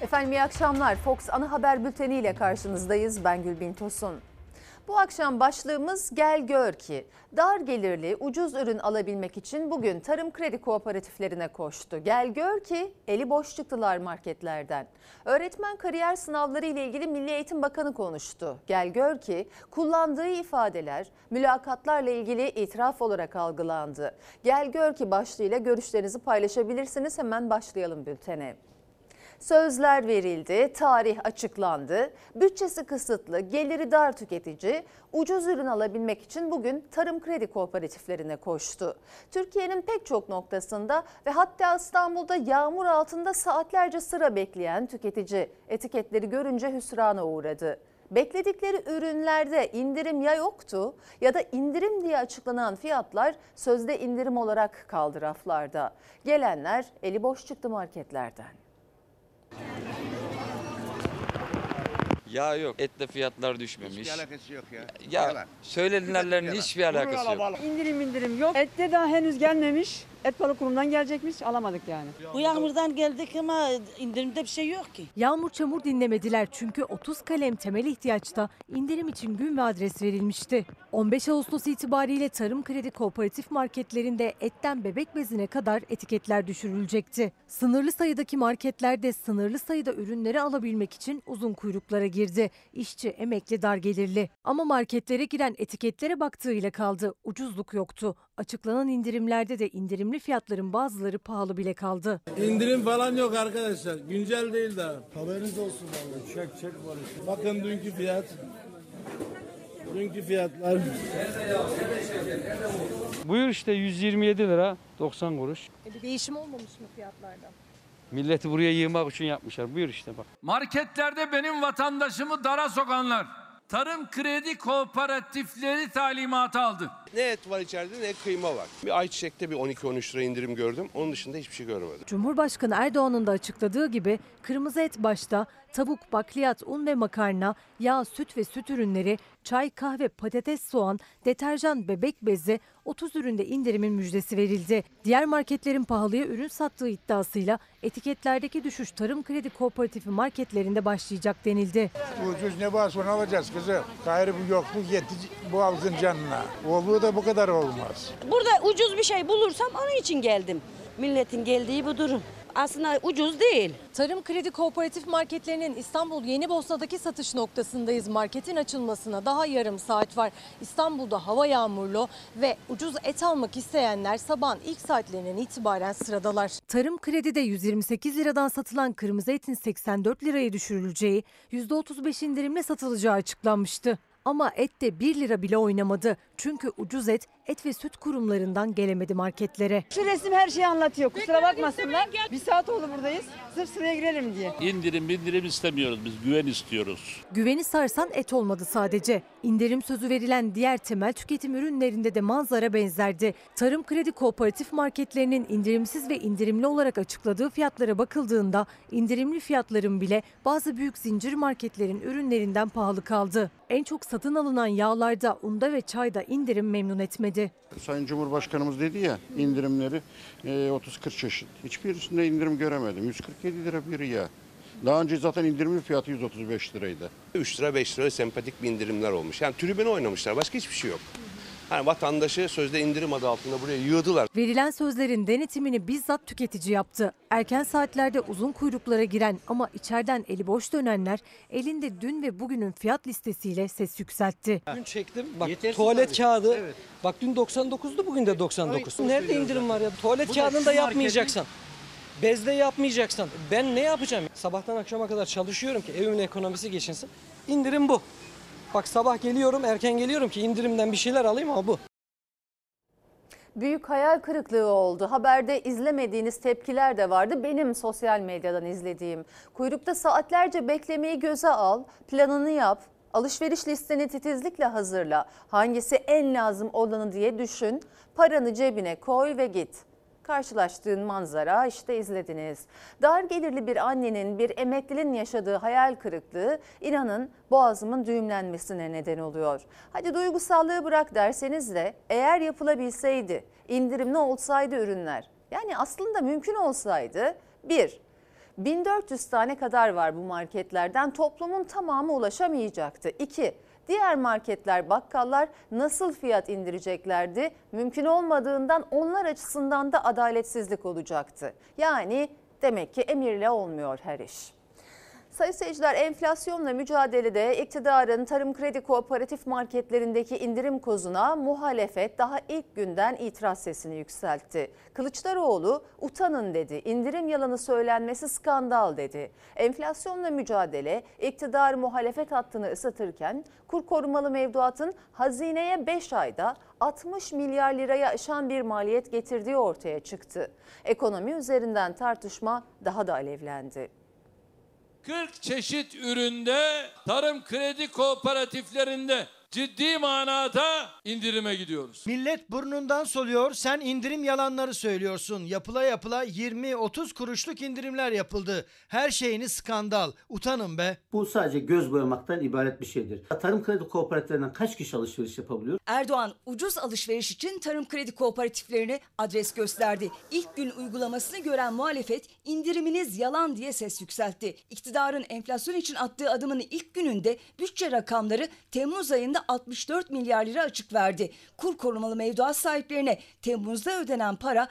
Efendim iyi akşamlar. Fox Ana Haber Bülteni ile karşınızdayız. Ben Gülbin Tosun. Bu akşam başlığımız gel gör ki. Dar gelirli ucuz ürün alabilmek için bugün tarım kredi kooperatiflerine koştu. Gel gör ki eli boş çıktılar marketlerden. Öğretmen kariyer sınavları ile ilgili Milli Eğitim Bakanı konuştu. Gel gör ki kullandığı ifadeler mülakatlarla ilgili itiraf olarak algılandı. Gel gör ki başlığıyla görüşlerinizi paylaşabilirsiniz. Hemen başlayalım bültene. Sözler verildi, tarih açıklandı, bütçesi kısıtlı, geliri dar tüketici ucuz ürün alabilmek için bugün tarım kredi kooperatiflerine koştu. Türkiye'nin pek çok noktasında ve hatta İstanbul'da yağmur altında saatlerce sıra bekleyen tüketici etiketleri görünce hüsrana uğradı. Bekledikleri ürünlerde indirim ya yoktu ya da indirim diye açıklanan fiyatlar sözde indirim olarak kaldı raflarda. Gelenler eli boş çıktı marketlerden. Ya yok, etle fiyatlar düşmemiş. Hiçbir alakası yok ya. Ya Yalan. söyledilenlerin hiçbir alakası yok. İndirim yok. Ette daha henüz gelmemiş. Et balık kurumdan gelecekmiş. Alamadık yani. Bu yağmurdan geldik ama indirimde bir şey yok ki. Yağmur çamur dinlemediler çünkü 30 kalem temel ihtiyaçta indirim için gün ve adres verilmişti. 15 Ağustos itibariyle tarım kredi kooperatif marketlerinde etten bebek bezine kadar etiketler düşürülecekti. Sınırlı sayıdaki marketlerde sınırlı sayıda ürünleri alabilmek için uzun kuyruklara girdi. İşçi, emekli, dar gelirli. Ama marketlere giren etiketlere baktığıyla kaldı. Ucuzluk yoktu. Açıklanan indirimlerde de indirimli fiyatların bazıları pahalı bile kaldı. İndirim falan yok arkadaşlar. Güncel değil daha. Haberiniz olsun vallahi. Çek var. Bakın dünkü fiyat. Dünkü fiyatlar. Buyur işte 127 lira 90 kuruş. Bir değişim olmamış mı fiyatlarda? Milleti buraya yığmak için yapmışlar. Buyur işte bak. Marketlerde benim vatandaşımı dara sokanlar tarım kredi kooperatifleri talimatı aldı. Ne et var içeride ne kıyma var. Bir ayçiçekte bir 12-13 lira indirim gördüm. Onun dışında hiçbir şey görmedim. Cumhurbaşkanı Erdoğan'ın da açıkladığı gibi kırmızı et başta tavuk, bakliyat, un ve makarna, yağ, süt ve süt ürünleri, çay, kahve, patates, soğan, deterjan, bebek bezi 30 üründe indirimin müjdesi verildi. Diğer marketlerin pahalıya ürün sattığı iddiasıyla etiketlerdeki düşüş tarım kredi kooperatifi marketlerinde başlayacak denildi. Ucuz ne varsa onu alacağız kızım. Gayrı bu yokluk yetti bu halkın canına. Olduğu da bu kadar olmaz. Burada ucuz bir şey bulursam onun için geldim. Milletin geldiği bu durum. Aslında ucuz değil. Tarım kredi kooperatif marketlerinin İstanbul Yenibosna'daki satış noktasındayız. Marketin açılmasına daha yarım saat var. İstanbul'da hava yağmurlu ve ucuz et almak isteyenler sabahın ilk saatlerinden itibaren sıradalar. Tarım kredide 128 liradan satılan kırmızı etin 84 liraya düşürüleceği, %35 indirimle satılacağı açıklanmıştı. Ama et de 1 lira bile oynamadı. Çünkü ucuz et ve süt kurumlarından gelemedi marketlere. Şu resim her şeyi anlatıyor. Kusura bakmasınlar. Bir saat oldu buradayız. Sırf sıraya girelim diye. İndirim istemiyoruz, biz güven istiyoruz. Güveni sarsan et olmadı sadece. İndirim sözü verilen diğer temel tüketim ürünlerinde de manzara benzerdi. Tarım kredi kooperatif marketlerinin indirimsiz ve indirimli olarak açıkladığı fiyatlara bakıldığında indirimli fiyatların bile bazı büyük zincir marketlerin ürünlerinden pahalı kaldı. En çok satın alınan yağlarda, unda ve çayda indirim memnun etmedi. Sayın Cumhurbaşkanımız dedi ya indirimleri 30-40 çeşit. Hiçbirisinde indirim göremedim. 147 lira bir yağ. Daha önce zaten indirimli fiyatı 135 liraydı. 3 lira 5 lira sempatik bir indirimler olmuş. Yani tribüne oynamışlar. Başka hiçbir şey yok. Hani vatandaşı sözde indirim adı altında buraya yığdılar. Verilen sözlerin denetimini bizzat tüketici yaptı. Erken saatlerde uzun kuyruklara giren ama içeriden eli boş dönenler elinde dün ve bugünün fiyat listesiyle ses yükseltti. Dün çektim. Bak tuvalet kağıdı. Evet. Bak dün 99'du bugün de 99. Nerede indirim var ya? Tuvalet kağıdını da yapmayacaksan. Bezde yapmayacaksan ben ne yapacağım? Sabahtan akşama kadar çalışıyorum ki evimin ekonomisi geçinsin. İndirim bu. Bak sabah geliyorum, erken geliyorum ki indirimden bir şeyler alayım ama bu. Büyük hayal kırıklığı oldu. Haberde izlemediğiniz tepkiler de vardı. Benim sosyal medyadan izlediğim. Kuyrukta saatlerce beklemeyi göze al, planını yap, alışveriş listeni titizlikle hazırla. Hangisi en lazım olanı diye düşün, paranı cebine koy ve git. Karşılaştığın manzara işte izlediniz. Dar gelirli bir annenin, bir emeklinin yaşadığı hayal kırıklığı inanın boğazımın düğümlenmesine neden oluyor. Hadi duygusallığı bırak derseniz de eğer yapılabilseydi, indirimli olsaydı ürünler, yani aslında mümkün olsaydı 1. 1400 tane kadar var bu marketlerden. Toplumun tamamı ulaşamayacaktı. 2. Diğer marketler, bakkallar nasıl fiyat indireceklerdi? Mümkün olmadığından onlar açısından da adaletsizlik olacaktı. Yani demek ki emirle olmuyor her iş. Sayın seyirciler, enflasyonla mücadelede iktidarın tarım kredi kooperatif marketlerindeki indirim kozuna muhalefet daha ilk günden itiraz sesini yükseltti. Kılıçdaroğlu utanın dedi, indirim yalanı söylenmesi skandal dedi. Enflasyonla mücadele iktidar muhalefet hattını ısıtırken kur korumalı mevduatın hazineye 5 ayda 60 milyar liraya aşan bir maliyet getirdiği ortaya çıktı. Ekonomi üzerinden tartışma daha da alevlendi. 40 çeşit üründe tarım kredi kooperatiflerinde ciddi manada indirime gidiyoruz. Millet burnundan soluyor, sen indirim yalanları söylüyorsun. Yapıla yapıla 20-30 kuruşluk indirimler yapıldı. Her şeyini skandal. Utanın be. Bu sadece göz boyamaktan ibaret bir şeydir. Tarım kredi kooperatiflerinden kaç kişi alışveriş yapabiliyor? Erdoğan ucuz alışveriş için tarım kredi kooperatiflerine adres gösterdi. İlk gün uygulamasını gören muhalefet indiriminiz yalan diye ses yükseltti. İktidarın enflasyon için attığı adımın ilk gününde bütçe rakamları Temmuz ayında 64 milyar lira açık verdi. Kur korumalı mevduat sahiplerine Temmuz'da ödenen para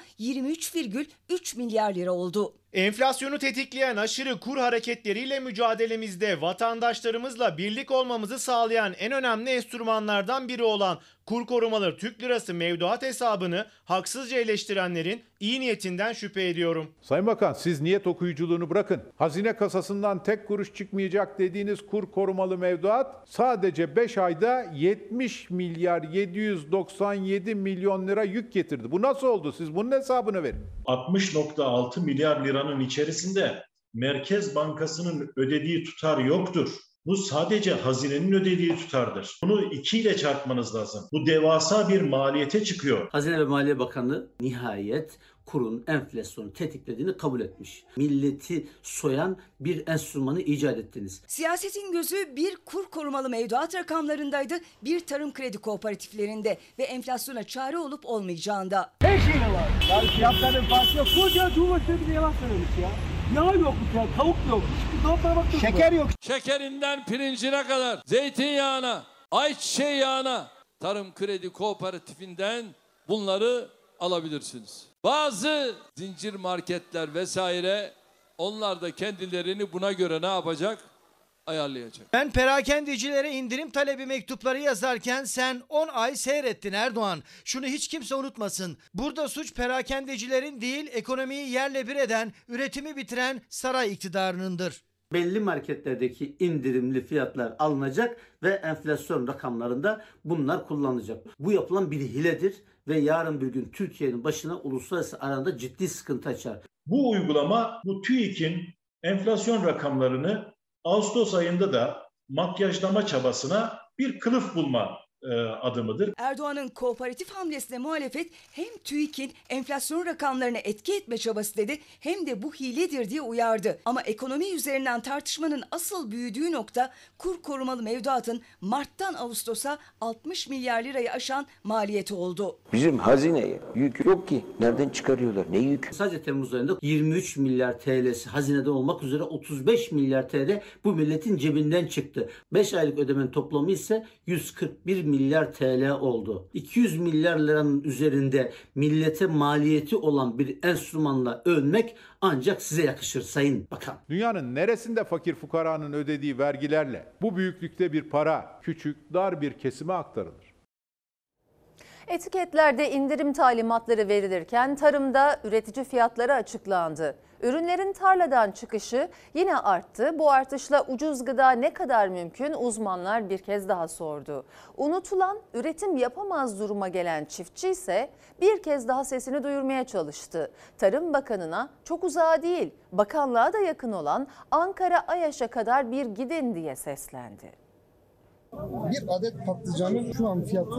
23,3 milyar lira oldu. Enflasyonu tetikleyen aşırı kur hareketleriyle mücadelemizde vatandaşlarımızla birlik olmamızı sağlayan en önemli enstrümanlardan biri olan kur korumalı Türk Lirası mevduat hesabını haksızca eleştirenlerin iyi niyetinden şüphe ediyorum. Sayın Bakan, siz niyet okuyuculuğunu bırakın. Hazine kasasından tek kuruş çıkmayacak dediğiniz kur korumalı mevduat sadece 5 ayda 70 milyar 797 milyon lira yük getirdi. Bu nasıl oldu? Siz bunun hesabını verin. 60,6 milyar liranın içerisinde Merkez Bankası'nın ödediği tutar yoktur. Bu sadece hazinenin ödediği tutardır. Bunu 2 ile çarpmanız lazım. Bu devasa bir maliyete çıkıyor. Hazine ve Maliye Bakanı nihayet kurun enflasyonu tetiklediğini kabul etmiş. Milleti soyan bir enstrümanı icat ettiniz. Siyasetin gözü bir kur korumalı mevduat rakamlarındaydı, bir tarım kredi kooperatiflerinde ve enflasyona çare olup olmayacağında. Her şey var. Yani fiyatların farkı yok. Koca Cumhurbaşkanı bize yalan söylemiş ya. Yağ yokmuş ya, tavuk yok. Hiçbir tavuklara baktık. Şeker yok. Şekerinden pirincine kadar, zeytinyağına, ayçiçeği yağına tarım kredi kooperatifinden bunları alabilirsiniz. Bazı zincir marketler vesaire onlar da kendilerini buna göre ne yapacak? Ayarlayacak. Ben perakendecilere indirim talebi mektupları yazarken sen 10 ay seyrettin Erdoğan. Şunu hiç kimse unutmasın. Burada suç perakendecilerin değil, ekonomiyi yerle bir eden, üretimi bitiren saray iktidarınındır. Belli marketlerdeki indirimli fiyatlar alınacak ve enflasyon rakamlarında bunlar kullanılacak. Bu yapılan bir hiledir ve yarın bir gün Türkiye'nin başına uluslararası aranda ciddi sıkıntı açar. Bu uygulama bu TÜİK'in enflasyon rakamlarını Ağustos ayında da makyajlama çabasına bir kılıf bulma adımıdır. Erdoğan'ın kooperatif hamlesine muhalefet hem TÜİK'in enflasyon rakamlarına etki etme çabası dedi hem de bu hiledir diye uyardı. Ama ekonomi üzerinden tartışmanın asıl büyüdüğü nokta kur korumalı mevduatın Mart'tan Ağustos'a 60 milyar lirayı aşan maliyeti oldu. Bizim hazineye yük yok ki. Nereden çıkarıyorlar? Ne yük? Sadece Temmuz ayında 23 milyar TL'si hazineden olmak üzere 35 milyar TL bu milletin cebinden çıktı. 5 aylık ödemenin toplamı ise 141 milyar TL oldu. 200 milyar liranın üzerinde millete maliyeti olan bir enstrümanla övünmek ancak size yakışır Sayın Bakan. Dünyanın neresinde fakir fukaranın ödediği vergilerle bu büyüklükte bir para küçük, dar bir kesime aktarılır? Etiketlerde indirim talimatları verilirken tarımda üretici fiyatları açıklandı. Ürünlerin tarladan çıkışı yine arttı. Bu artışla ucuz gıda ne kadar mümkün uzmanlar bir kez daha sordu. Unutulan, üretim yapamaz duruma gelen çiftçi ise bir kez daha sesini duyurmaya çalıştı. Tarım Bakanı'na çok uzağa değil, bakanlığa da yakın olan Ankara Ayaş'a kadar bir gidin diye seslendi. Bir adet patlıcanın şu an fiyatı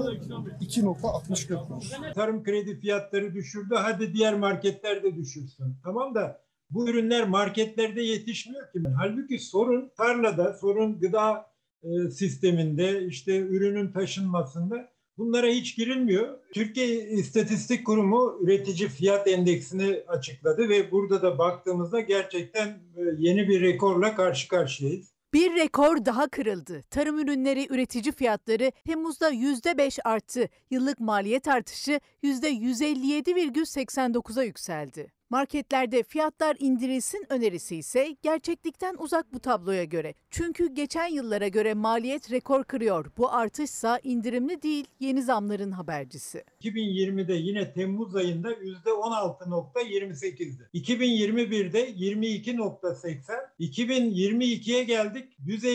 2,64 kuruş. Tarım kredi fiyatları düşürdü. Hadi diğer marketler de düşürsün. Tamam da bu ürünler marketlerde yetişmiyor ki. Halbuki sorun tarlada, sorun gıda sisteminde, işte ürünün taşınmasında. Bunlara hiç girilmiyor. Türkiye İstatistik Kurumu üretici fiyat endeksini açıkladı ve burada da baktığımızda gerçekten yeni bir rekorla karşı karşıyayız. Bir rekor daha kırıldı. Tarım ürünleri üretici fiyatları Temmuz'da %5 arttı. Yıllık maliyet artışı %157,89'a yükseldi. Marketlerde fiyatlar indirilsin önerisi ise gerçeklikten uzak bu tabloya göre. Çünkü geçen yıllara göre maliyet rekor kırıyor. Bu artışsa indirimli değil, yeni zamların habercisi. 2020'de yine Temmuz ayında %16,28'di. 2021'de 22,80. 2022'ye geldik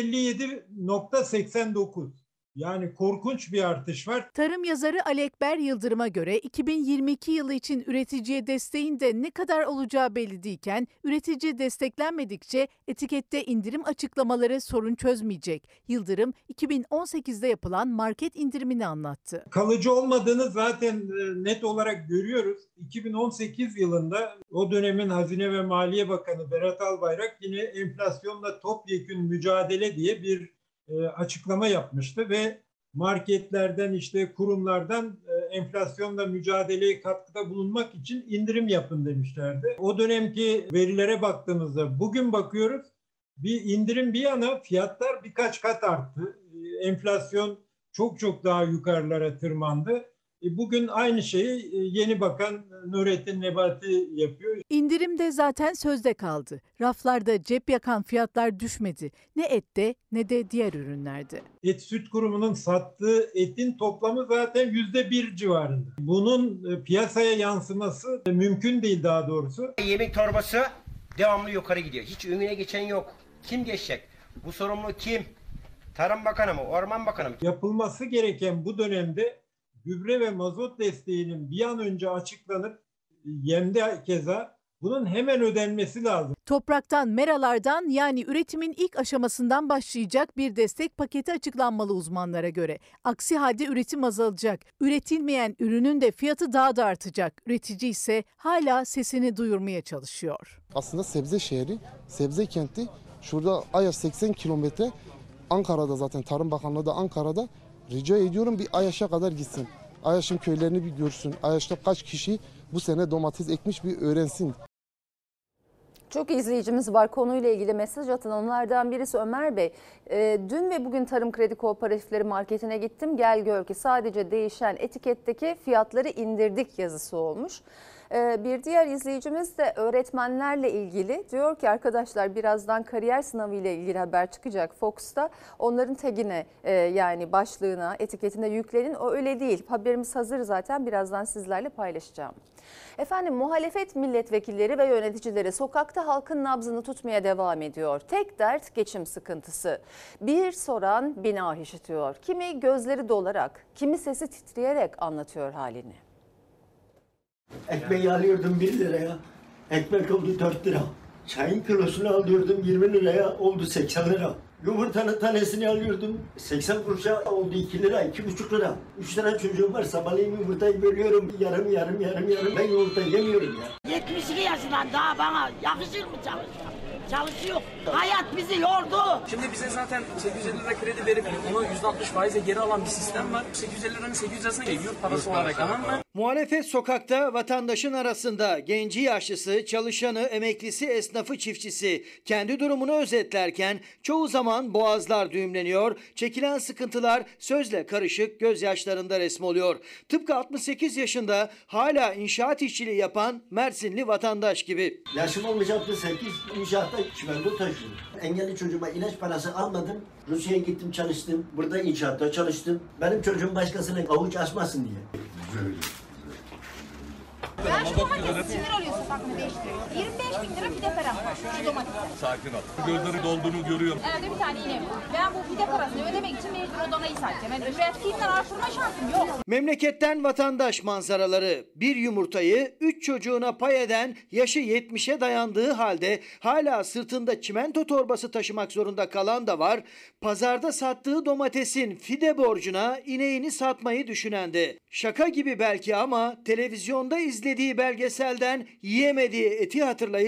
157,89. Yani korkunç bir artış var. Tarım yazarı Ali Ekber Yıldırım'a göre 2022 yılı için üreticiye desteğin de ne kadar olacağı belli değilken üretici desteklenmedikçe etikette indirim açıklamaları sorun çözmeyecek. Yıldırım 2018'de yapılan market indirimini anlattı. Kalıcı olmadığını zaten net olarak görüyoruz. 2018 yılında o dönemin Hazine ve Maliye Bakanı Berat Albayrak yine enflasyonla topyekün mücadele diye bir açıklama yapmıştı ve marketlerden işte kurumlardan enflasyonla mücadeleye katkıda bulunmak için indirim yapın demişlerdi. O dönemki verilere baktığımızda bugün bakıyoruz bir indirim bir yana fiyatlar birkaç kat arttı. Enflasyon çok daha yukarılara tırmandı. Bugün aynı şeyi yeni bakan Nurettin Nebati yapıyor. İndirim de zaten sözde kaldı. Raflarda cep yakan fiyatlar düşmedi. Ne ette ne de diğer ürünlerde. Et Süt Kurumu'nun sattığı etin toplamı zaten %1 civarında. Bunun piyasaya yansıması mümkün değil daha doğrusu. Yemek torbası devamlı yukarı gidiyor. Hiç önüne geçen yok. Kim geçecek? Bu sorumlu kim? Tarım Bakanı mı? Orman Bakanı mı? Yapılması gereken bu dönemde gübre ve mazot desteğinin bir an önce açıklanıp yemde keza bunun hemen ödenmesi lazım. Topraktan, meralardan yani üretimin ilk aşamasından başlayacak bir destek paketi açıklanmalı uzmanlara göre. Aksi halde üretim azalacak. Üretilmeyen ürünün de fiyatı daha da artacak. Üretici ise hala sesini duyurmaya çalışıyor. Aslında sebze şehri, sebze kenti. Şurada Ayaş 80 kilometre. Ankara'da zaten Tarım Bakanlığı da Ankara'da. Rica ediyorum bir Ayaş'a kadar gitsin. Ayaş'ın köylerini bir görsün. Ayaş'ta kaç kişi bu sene domates ekmiş bir öğrensin. Çok izleyicimiz var konuyla ilgili mesaj atan. Onlardan birisi Ömer Bey. Dün ve bugün Tarım Kredi Kooperatifleri marketine gittim. Gel gör ki sadece değişen etiketteki fiyatları indirdik yazısı olmuş. Bir diğer izleyicimiz de öğretmenlerle ilgili diyor ki arkadaşlar birazdan kariyer sınavı ile ilgili haber çıkacak Fox'ta. Onların tagine yani başlığına, etiketine yüklenin. O öyle değil. Haberimiz hazır zaten birazdan sizlerle paylaşacağım. Efendim muhalefet milletvekilleri ve yöneticileri sokakta halkın nabzını tutmaya devam ediyor. Tek dert geçim sıkıntısı. Bir soran bina işitiyor. Kimi gözleri dolarak, kimi sesi titreyerek anlatıyor halini. Ekmeği alıyordum 1 liraya. Ekmek oldu 4 lira. Çayın kilosunu alıyordum 20 liraya oldu 80 lira. Yumurtanın tanesini alıyordum 80 kuruşa oldu 2 lira, 2,5 lira. 3 tane çocuğum var sabahleyin yumurtayı bölüyorum yarım. Ben yumurta yemiyorum ya. 72 yaşından daha bana yakışır mı çalışmak? Çalışıyor. Hayat bizi yordu. Şimdi bize zaten 850 lira kredi verip onu %60 faizle geri alan bir sistem var. 850 liranın 800 lirasına geliyor parası olarak, tamam mı? Muhalefet sokakta vatandaşın arasında genci yaşlısı, çalışanı, emeklisi, esnafı, çiftçisi kendi durumunu özetlerken çoğu zaman boğazlar düğümleniyor, çekilen sıkıntılar sözle karışık gözyaşlarında resmoluyor. Tıpkı 68 yaşında hala inşaat işçiliği yapan Mersinli vatandaş gibi. Yaşım olmuş 68 inşaatta çimento taşıyorum. Engelli çocuğuma ilaç parası almadım. Rusya'ya gittim çalıştım. Burada inşaatta çalıştım. Benim çocuğum başkasına avuç açmasın diye. Ben şu domatesi sinir oluyorsa sakını değiştiriyor. 25.000 lira pide param var şu domatese. Sakin ol. Gözleri dolduğunu görüyorum. Evde bir tane iğnem var. Ben bu pide parasını ödemek için mecbur odana satacağım. Yani ürettiğimden artırma şansım yok. Memleketten vatandaş manzaraları. Bir yumurtayı 3 çocuğuna pay eden yaşı 70'e dayandığı halde hala sırtında çimento torbası taşımak zorunda kalan da var. Pazarda sattığı domatesin fide borcuna ineğini satmayı düşünen de. Şaka gibi belki ama televizyonda izlediği belgeselden yiyemediği eti hatırlayıp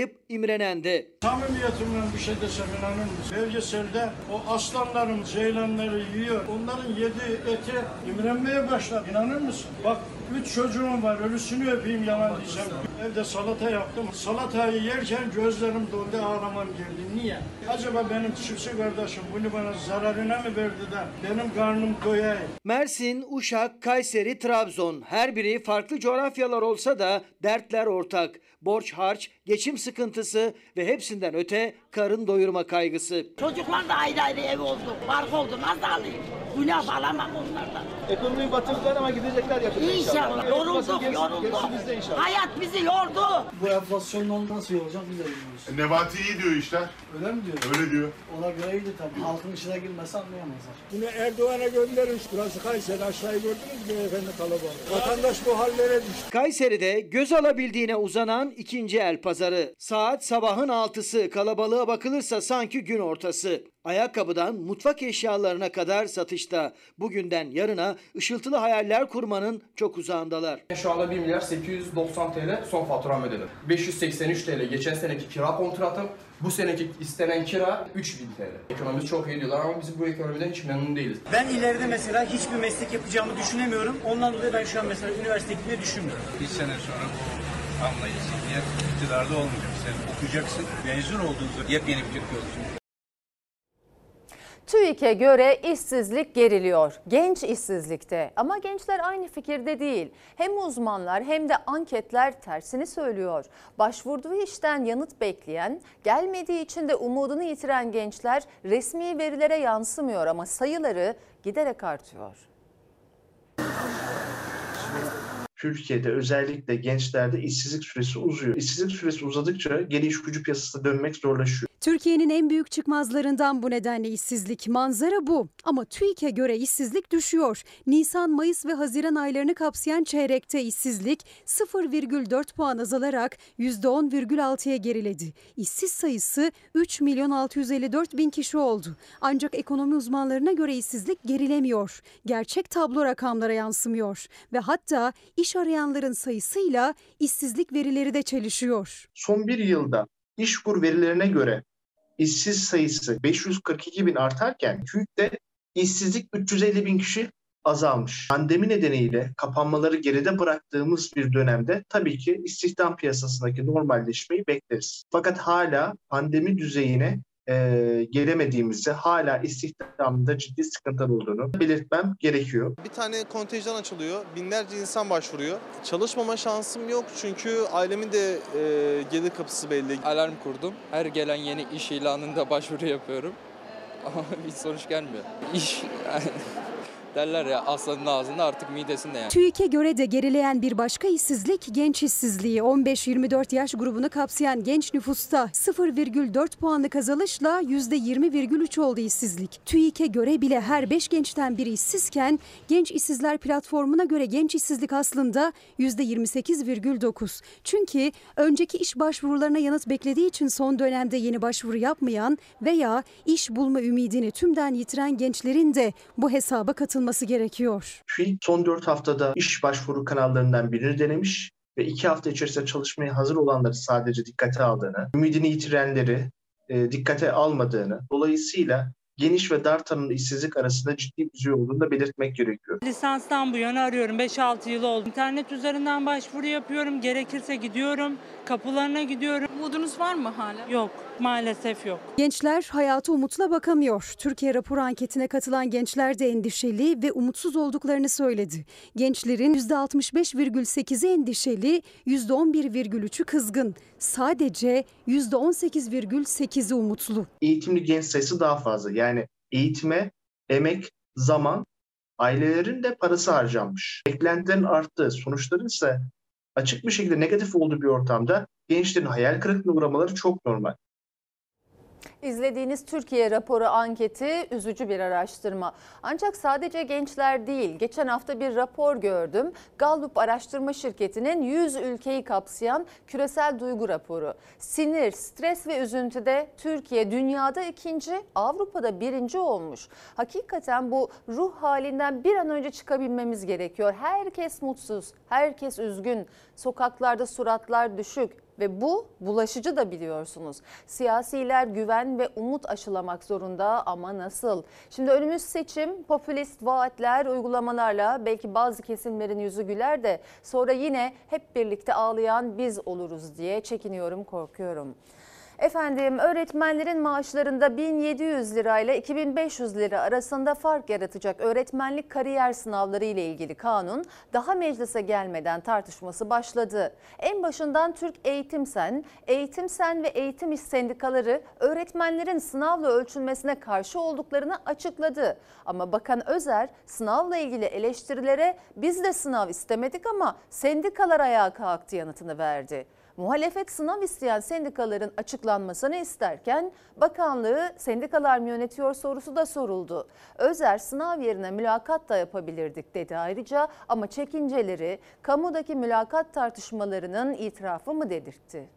arayıp imrenen de. Samimiyetimden bir şey desem inanır mısın? Belgeselde o aslanların ceylanları yiyor. Onların yediği ete imrenmeye başladı. İnanır mısın? Bak 3 çocuğum var. Ölüsünü öpeyim yalan diyeceğim. Evde salata yaptım. Salatayı yerken gözlerim doldu, ağlamam geldi. Niye? Acaba benim çiftçi kardeşim bunu bana zararına mı verdi de benim karnım doyayım? Mersin, Uşak, Kayseri, Trabzon. Her biri farklı coğrafyalar olsa da dertler ortak. Borç harç, geçim sıkıntısı ve hepsinden öte karın doyurma kaygısı. Çocuklar da ayrı ayrı ev oldu, park oldu. Nasıl alayım? Günah alamam onlardan. Ekonomiyi batırdılar ama gidecekler yakında İnşallah. Yorulduk. Hayat bizi yordu. Bu enflasyonun nasıl olacak biz de bilmiyoruz. Nebati iyi diyor işte. Öyle mi diyor? Öyle diyor. Ona göre iyiydi tabii. Halkın içine girmese anlayamazlar. Bunu Erdoğan'a göndermiş. Burası Kayseri. Aşağıyı gördünüz mü efendim kalabalık? Vatandaş bu hallere düştü. Kayseri'de göz alabildiğine uzanan ikinci el pazarı. Saat sabahın 6'sı, kalabalığa bakılırsa sanki gün ortası. Ayakkabıdan mutfak eşyalarına kadar satışta. Bugünden yarına ışıltılı hayaller kurmanın çok uzağındalar. Şu anda 1 milyar 890 TL son faturam ödedim. 583 TL geçen seneki kira kontratım. Bu seneki istenen kira 3000 TL. Ekonomimiz çok iyi diyorlar ama biz bu ekonomiden hiç memnun değiliz. Ben ileride mesela hiçbir meslek yapacağımı düşünemiyorum. Ondan dolayı ben şu an mesela üniversite gitmeyi düşünmüyorum. Bir sene sonra bu anlayışın iktidarda olmayacak. Sen okuyacaksın, mezun olduğunuzda yepyeni bir Türkiye olacak. TÜİK'e göre işsizlik geriliyor. Genç işsizlikte ama gençler aynı fikirde değil. Hem uzmanlar hem de anketler tersini söylüyor. Başvurduğu işten yanıt bekleyen, gelmediği için de umudunu yitiren gençler resmi verilere yansımıyor ama sayıları giderek artıyor. Türkiye'de özellikle gençlerde işsizlik süresi uzuyor. İşsizlik süresi uzadıkça geri iş gücü piyasasına dönmek zorlaşıyor. Türkiye'nin en büyük çıkmazlarından bu nedenle işsizlik. Manzara bu. Ama TÜİK'e göre işsizlik düşüyor. Nisan, Mayıs ve Haziran aylarını kapsayan çeyrekte işsizlik 0,4 puan azalarak %10,6'ya geriledi. İşsiz sayısı 3.654.000 kişi oldu. Ancak ekonomi uzmanlarına göre işsizlik gerilemiyor. Gerçek tablo rakamlara yansımıyor. Ve hatta iş arayanların sayısıyla işsizlik verileri de çelişiyor. Son bir yılda İşkur verilerine göre işsiz sayısı 542 bin artarken TÜİK'te işsizlik 350 bin kişi azalmış. Pandemi nedeniyle kapanmaları geride bıraktığımız bir dönemde tabii ki istihdam piyasasındaki normalleşmeyi bekleriz. Fakat hala pandemi düzeyine gelemediğimizi, hala istihdamda ciddi sıkıntılar olduğunu belirtmem gerekiyor. Bir tane kontenjan açılıyor, binlerce insan başvuruyor. Çalışmama şansım yok çünkü ailemin de gelir kapısı belli. Alarm kurdum. Her gelen yeni iş ilanında başvuru yapıyorum. Ama hiç sonuç gelmiyor. İş derler ya, aslanın ağzında artık midesinde yani. TÜİK'e göre de gerileyen bir başka işsizlik genç işsizliği. 15-24 yaş grubunu kapsayan genç nüfusta 0,4 puanlık azalışla %20,3 oldu işsizlik. TÜİK'e göre bile her 5 gençten biri işsizken Genç İşsizler Platformu'na göre genç işsizlik aslında %28,9. Çünkü önceki iş başvurularına yanıt beklediği için son dönemde yeni başvuru yapmayan veya iş bulma ümidini tümden yitiren gençlerin de bu hesaba katılması gerekiyor. TÜİK son 4 haftada iş başvuru kanallarından birini denemiş ve 2 hafta içerisinde çalışmaya hazır olanları sadece dikkate aldığını, ümidini yitirenleri dikkate almadığını, dolayısıyla geniş ve dar tanımlı işsizlik arasında ciddi bir düzey olduğunu da belirtmek gerekiyor. Lisanstan bu yana arıyorum. 5-6 yıl oldu. İnternet üzerinden başvuru yapıyorum. Gerekirse gidiyorum. Kapılarına gidiyorum. Umudunuz var mı hala? Yok. Maalesef yok. Gençler hayata umutla bakamıyor. Türkiye raporu anketine katılan gençler de endişeli ve umutsuz olduklarını söyledi. Gençlerin %65,8'i endişeli, %11,3'ü kızgın. Sadece %18,8'i umutlu. Eğitimli genç sayısı daha fazla. Yani eğitime, emek, zaman, ailelerin de parası harcanmış. Beklentilerin arttığı, sonuçların ise açık bir şekilde negatif olduğu bir ortamda gençlerin hayal kırıklığına uğramaları çok normal. İzlediğiniz Türkiye raporu anketi üzücü bir araştırma. Ancak sadece gençler değil, geçen hafta bir rapor gördüm. Gallup araştırma şirketinin 100 ülkeyi kapsayan küresel duygu raporu. Sinir, stres ve üzüntüde Türkiye dünyada 2. Avrupa'da 1. olmuş. Hakikaten bu ruh halinden bir an önce çıkabilmemiz gerekiyor. Herkes mutsuz, herkes üzgün. Sokaklarda suratlar düşük. Ve bu bulaşıcı da biliyorsunuz. Siyasiler güven ve umut aşılamak zorunda ama nasıl? Şimdi önümüz seçim, popülist vaatler, uygulamalarla belki bazı kesimlerin yüzü güler de sonra yine hep birlikte ağlayan biz oluruz diye çekiniyorum, korkuyorum. Efendim, öğretmenlerin maaşlarında 1700 lirayla 2500 lira arasında fark yaratacak öğretmenlik kariyer sınavları ile ilgili kanun daha meclise gelmeden tartışması başladı. En başından Türk Eğitim Sen ve Eğitim İş sendikaları öğretmenlerin sınavla ölçülmesine karşı olduklarını açıkladı. Ama Bakan Özer sınavla ilgili eleştirilere biz de sınav istemedik ama sendikalar ayağa kalktı yanıtını verdi. Muhalefet sınav isteyen sendikaların açıklanmasını isterken bakanlığı sendikalar mı yönetiyor sorusu da soruldu. Özer sınav yerine mülakat da yapabilirdik dedi ayrıca ama çekinceleri kamudaki mülakat tartışmalarının itirafı mı dedirtti?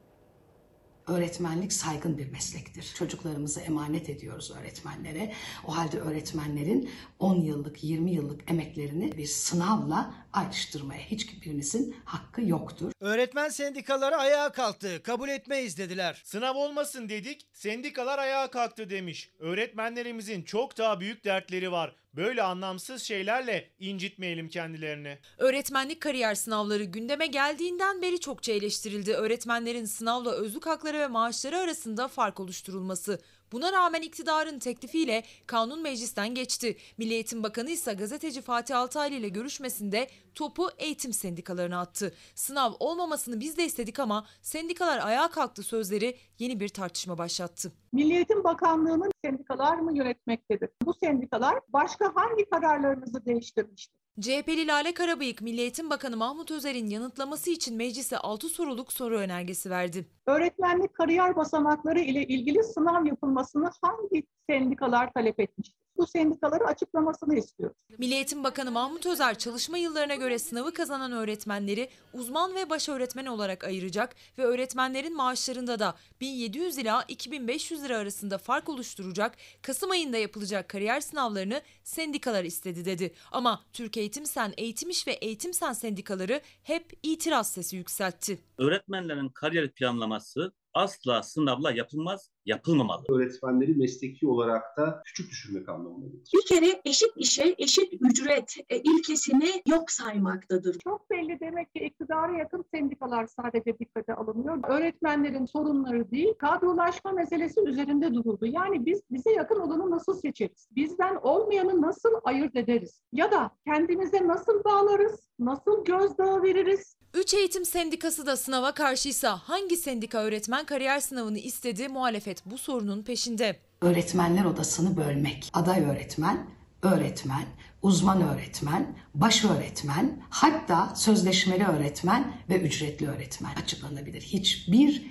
Öğretmenlik saygın bir meslektir. Çocuklarımızı emanet ediyoruz öğretmenlere. O halde öğretmenlerin 10 yıllık, 20 yıllık emeklerini bir sınavla ayrıştırmaya hiçbirimizin hakkı yoktur. Öğretmen sendikaları ayağa kalktı. Kabul etmeyiz dediler. Sınav olmasın dedik, sendikalar ayağa kalktı demiş. Öğretmenlerimizin çok daha büyük dertleri var. Böyle anlamsız şeylerle incitmeyelim kendilerini. Öğretmenlik kariyer sınavları gündeme geldiğinden beri çokça eleştirildi. Öğretmenlerin sınavla özlük hakları ve maaşları arasında fark oluşturulması. Buna rağmen iktidarın teklifiyle kanun meclisten geçti. Milli Eğitim Bakanı ise gazeteci Fatih Altaylı ile görüşmesinde topu eğitim sendikalarına attı. Sınav olmamasını biz de istedik ama sendikalar ayağa kalktı sözleri yeni bir tartışma başlattı. Milli Eğitim Bakanlığı'nın sendikalar mı yönetmektedir? Bu sendikalar başka hangi kararlarınızı değiştirmiştir? CHP'li Lale Karabıyık, Milli Eğitim Bakanı Mahmut Özer'in yanıtlaması için meclise 6 soruluk soru önergesi verdi. Öğretmenlik kariyer basamakları ile ilgili sınav yapılmasını hangi sendikalar talep etmiştir? Bu sendikaları açıklamasını istiyoruz. Milli Eğitim Bakanı Mahmut Özer çalışma yıllarına göre sınavı kazanan öğretmenleri uzman ve baş öğretmen olarak ayıracak ve öğretmenlerin maaşlarında da 1700 ila 2500 lira arasında fark oluşturacak Kasım ayında yapılacak kariyer sınavlarını sendikalar istedi dedi. Ama Türk Eğitim Sen, Eğitim İş ve Eğitim Sen sendikaları hep itiraz sesi yükseltti. Öğretmenlerin kariyer planlaması asla sınavla yapılmaz, yapılmamalı. Öğretmenleri mesleki olarak da küçük düşürmek anlamına gelir. Bir kere eşit işe eşit ücret ilkesini yok saymaktadır. Çok belli demek ki iktidara yakın sendikalar sadece dikkate alınıyor. Öğretmenlerin sorunları değil, kadrolaşma meselesi üzerinde duruldu. Yani biz bize yakın olanı nasıl seçeriz? Bizden olmayanı nasıl ayırt ederiz? Ya da kendimize nasıl bağlarız? Nasıl gözdağı veririz? 3 eğitim sendikası da sınava karşıysa hangi sendika öğretmen kariyer sınavını istedi? Muhalefet bu sorunun peşinde. Öğretmenler odasını bölmek, aday öğretmen, öğretmen, uzman öğretmen, baş öğretmen, hatta sözleşmeli öğretmen ve ücretli öğretmen açıklanabilir. Hiçbir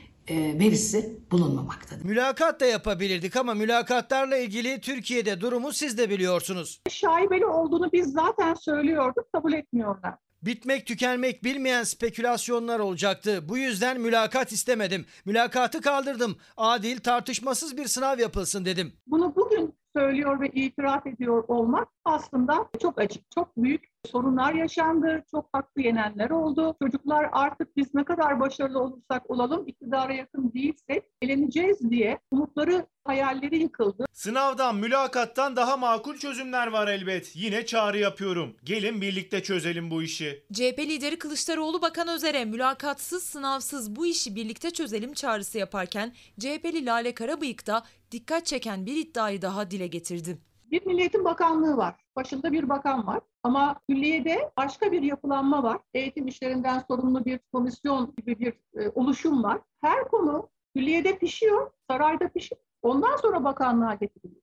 verisi bulunmamaktadır. Mülakat da yapabilirdik ama mülakatlarla ilgili Türkiye'de durumu siz de biliyorsunuz. Şaibeli olduğunu biz zaten söylüyorduk, kabul etmiyorlar. Bitmek tükenmek bilmeyen spekülasyonlar olacaktı. Bu yüzden mülakat istemedim. Mülakatı kaldırdım. Adil, tartışmasız bir sınav yapılsın dedim. Bunu bugün söylüyor ve itiraf ediyor olmak aslında çok acı. Çok büyük sorunlar yaşandı. Çok hakkı yenenler oldu. Çocuklar artık biz ne kadar başarılı olursak olalım iktidara yakın değilsek eleneceğiz diye umutları, hayalleri yıkıldı. Sınavdan, mülakattan daha makul çözümler var elbet. Yine çağrı yapıyorum. Gelin birlikte çözelim bu işi. CHP lideri Kılıçdaroğlu Bakan Özer'e mülakatsız, sınavsız bu işi birlikte çözelim çağrısı yaparken CHP'li Lale Karabıyık da dikkat çeken bir iddiayı daha dile getirdi. Bir Milli Eğitim Bakanlığı var. Başında bir bakan var. Ama külliyede başka bir yapılanma var. Eğitim işlerinden sorumlu bir komisyon gibi bir oluşum var. Her konu külliyede pişiyor, sarayda pişiyor. Ondan sonra bakanlığa getiriliyor.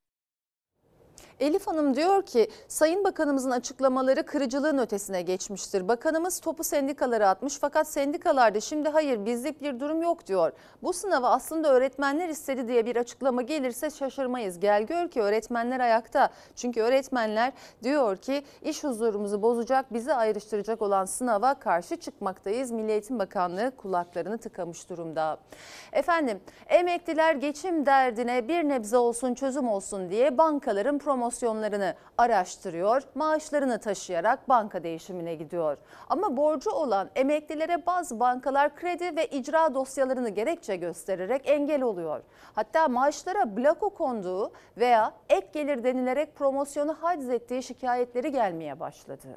Elif Hanım diyor ki Sayın Bakanımızın açıklamaları kırıcılığın ötesine geçmiştir. Bakanımız topu sendikalara atmış fakat sendikalar da şimdi hayır bizlik bir durum yok diyor. Bu sınavı aslında öğretmenler istedi diye bir açıklama gelirse şaşırmayız. Gel gör ki öğretmenler ayakta. Çünkü öğretmenler diyor ki iş huzurumuzu bozacak, bizi ayrıştıracak olan sınava karşı çıkmaktayız. Milli Eğitim Bakanlığı kulaklarını tıkamış durumda. Efendim emekliler geçim derdine bir nebze olsun çözüm olsun diye bankaların promosyonu promosyonlarını araştırıyor, maaşlarını taşıyarak banka değişimine gidiyor. Ama borcu olan emeklilere bazı bankalar kredi ve icra dosyalarını gerekçe göstererek engel oluyor. Hatta maaşlara bloko konduğu veya ek gelir denilerek promosyonu haciz ettiği şikayetleri gelmeye başladı.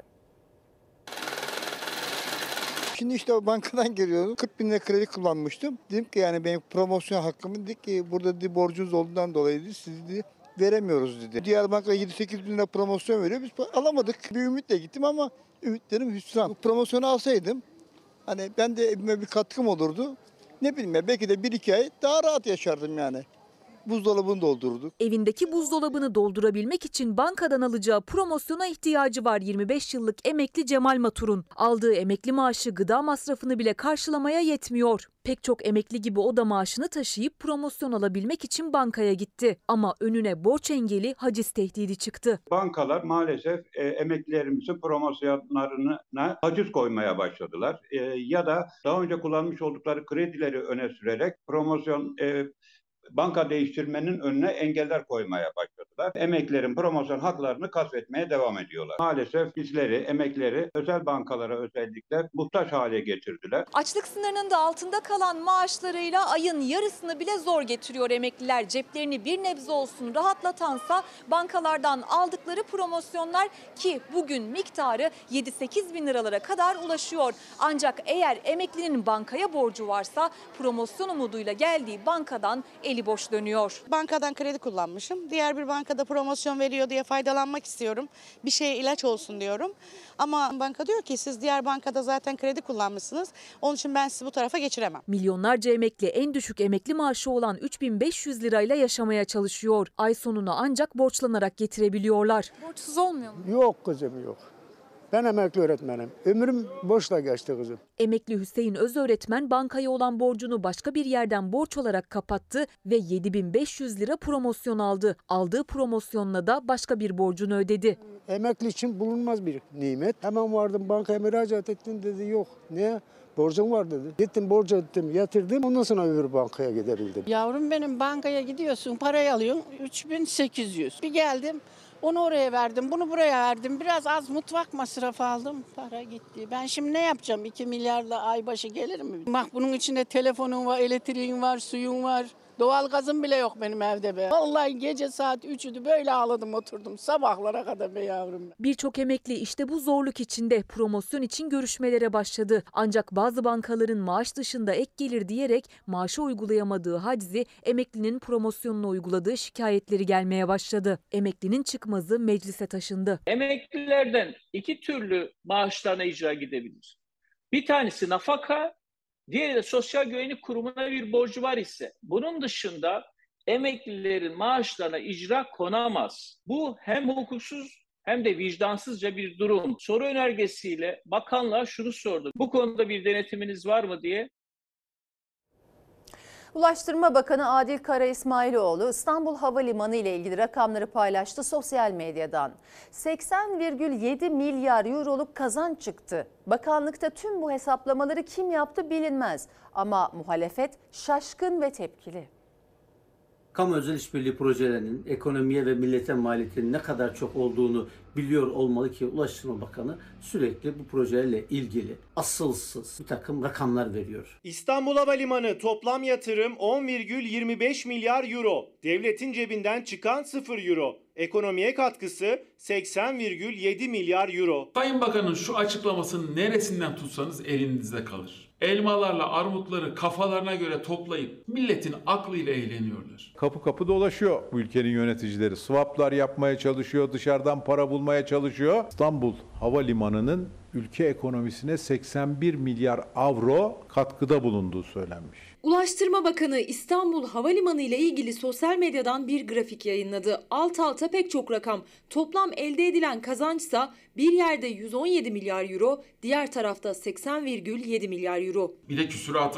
Şimdi işte bankadan geliyorum. 40 bin lira kredi kullanmıştım. Dedim ki yani benim promosyon hakkımı, dedik ki burada dedi, borcunuz olduğundan dolayı siz dedi, veremiyoruz dedi. Diğer banka 7-8 bin lira promosyon veriyor. Biz alamadık. Bir ümitle gittim ama ümitlerim hüsran. Bu promosyonu alsaydım hani ben de evime bir katkım olurdu. Ne bileyim ya, belki de 1-2 ay daha rahat yaşardım yani. Buzdolabını doldurduk. Evindeki buzdolabını doldurabilmek için bankadan alacağı promosyona ihtiyacı var 25 yıllık emekli Cemal Matur'un. Aldığı emekli maaşı gıda masrafını bile karşılamaya yetmiyor. Pek çok emekli gibi o da maaşını taşıyıp promosyon alabilmek için bankaya gitti. Ama önüne borç engeli, haciz tehdidi çıktı. Bankalar maalesef emeklilerimizin promosyonlarına haciz koymaya başladılar. Ya da daha önce kullanmış oldukları kredileri öne sürerek promosyon banka değiştirmenin önüne engeller koymaya başladılar. Emeklilerin promosyon haklarını gasp etmeye devam ediyorlar. Maalesef bizleri, emeklileri özel bankalara özellikle muhtaç hale getirdiler. Açlık sınırının da altında kalan maaşlarıyla ayın yarısını bile zor getiriyor emekliler. Ceplerini bir nebze olsun rahatlatansa bankalardan aldıkları promosyonlar, ki bugün miktarı 7-8 bin liralara kadar ulaşıyor. Ancak eğer emeklinin bankaya borcu varsa promosyon umuduyla geldiği bankadan eli boş dönüyor. Bankadan kredi kullanmışım. Diğer bir bankada promosyon veriyor diye faydalanmak istiyorum. Bir şeye ilaç olsun diyorum. Ama banka diyor ki siz diğer bankada zaten kredi kullanmışsınız. Onun için ben sizi bu tarafa geçiremem. Milyonlarca emekli en düşük emekli maaşı olan 3.500 lirayla yaşamaya çalışıyor. Ay sonunu ancak borçlanarak getirebiliyorlar. Borçsuz olmuyor mu? Yok kızım, yok. Ben emekli öğretmenim. Ömrüm boşla geçti kızım. Emekli Hüseyin Özöğretmen bankaya olan borcunu başka bir yerden borç olarak kapattı ve 7.500 lira promosyon aldı. Aldığı promosyonla da başka bir borcunu ödedi. Emekli için bulunmaz bir nimet. Hemen vardım bankaya müracaat ettim, dedi yok. Niye? Borcum var dedi. Gittim borcu ödedim, yatırdım. Ondan sonra öbür bankaya gidebildim. Yavrum benim, bankaya gidiyorsun, parayı alıyorsun 3.800. Bir geldim. Onu oraya verdim, bunu buraya verdim. Biraz az mutfak masrafı aldım. Para gitti. Ben şimdi ne yapacağım? 2 milyarla ay başı gelir mi? Bak bunun içinde telefonun var, elektriğin var, suyun var. Doğalgazım bile yok benim evde be. Vallahi gece saat 3'üydü, böyle ağladım oturdum sabahlara kadar be yavrum. Birçok emekli işte bu zorluk içinde promosyon için görüşmelere başladı. Ancak bazı bankaların maaş dışında ek gelir diyerek maaşa uygulayamadığı hacizi emeklinin promosyonuna uyguladığı şikayetleri gelmeye başladı. Emeklinin çıkmazı meclise taşındı. Emeklilerden iki türlü maaşlarına icra gidebilir. Bir tanesi nafaka, diğeri de Sosyal Güvenlik Kurumu'na bir borcu var ise. Bunun dışında emeklilerin maaşlarına icra konamaz. Bu hem hukuksuz hem de vicdansızca bir durum. Soru önergesiyle bakanlığa şunu sordum. Bu konuda bir denetiminiz var mı diye. Ulaştırma Bakanı Adil Kara İsmailoğlu İstanbul Havalimanı ile ilgili rakamları paylaştı sosyal medyadan. 80,7 milyar euroluk kazanç çıktı. Bakanlıkta tüm bu hesaplamaları kim yaptı bilinmez ama muhalefet şaşkın ve tepkili. Kamu özel işbirliği projelerinin ekonomiye ve millete maliyetinin ne kadar çok olduğunu biliyor olmalı ki Ulaştırma Bakanı sürekli bu projelerle ilgili asılsız bir takım rakamlar veriyor. İstanbul Havalimanı toplam yatırım 10,25 milyar euro. Devletin cebinden çıkan 0 euro. Ekonomiye katkısı 80,7 milyar euro. Sayın Bakan'ın şu açıklamasının neresinden tutsanız elinizde kalır. Elmalarla armutları kafalarına göre toplayıp milletin aklıyla eğleniyorlar. Kapı kapı dolaşıyor bu ülkenin yöneticileri. Swaplar yapmaya çalışıyor, dışarıdan para bulmaya çalışıyor. İstanbul Havalimanı'nın ülke ekonomisine 81 milyar avro katkıda bulunduğu söylenmiş. Ulaştırma Bakanı İstanbul Havalimanı ile ilgili sosyal medyadan bir grafik yayınladı. Alt alta pek çok rakam. Toplam elde edilen kazançsa bir yerde 117 milyar euro, diğer tarafta 80,7 milyar euro. Bir de küsuratı var.